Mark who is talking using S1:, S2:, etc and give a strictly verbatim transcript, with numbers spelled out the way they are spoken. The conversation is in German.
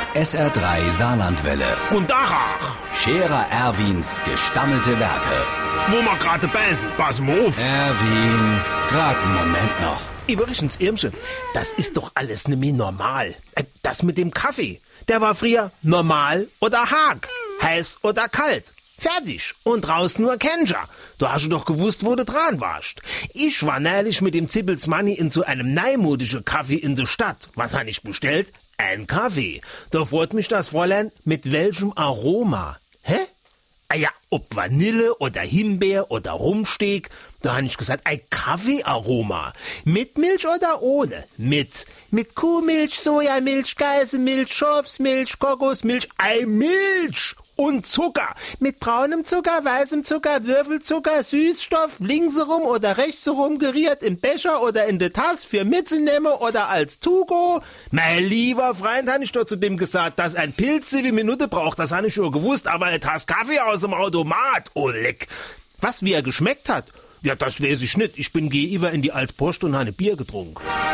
S1: S R drei Saarlandwelle.
S2: Und Dachach,
S1: Scherer Erwins gestammelte Werke.
S2: wo wir gerade beißen, pass mal auf.
S1: Erwin, grad einen Moment noch.
S2: Übrigens, Irmsche, das ist doch alles nicht mehr normal. Äh, Das mit dem Kaffee, der war früher normal oder Haag, heiß oder kalt. Fertig. Und draußen nur Kenja. Du hast doch gewusst, wo du dran warst. Ich war neulich mit dem Zippels Manni in so einem neumodischen Kaffee in der Stadt. Was habe ich bestellt? Ein Kaffee. Da freut mich das Fräulein, mit welchem Aroma. Hä? Ah ja, ob Vanille oder Himbeer oder Rumsteak. Da habe ich gesagt, ein Kaffeearoma. Mit Milch oder ohne? Mit. Mit Kuhmilch, Sojamilch, Geiselmilch, Schafsmilch, Kokosmilch, ei Milch. Und Zucker. Mit braunem Zucker, weißem Zucker, Würfelzucker, Süßstoff, linksherum oder rechtsherum geriert im Becher oder in der Tasse für mitzunehmen oder als Tugo. Mein lieber Freund, habe ich doch zu dem gesagt, dass ein Pilz sieben Minuten braucht. Das habe ich schon gewusst, aber eine Tasse Kaffee aus dem Automat. Oh, leck. Was, wie er geschmeckt hat? Ja, das weiß ich nicht. Ich bin gegenüber in die Altpost und habe Bier getrunken.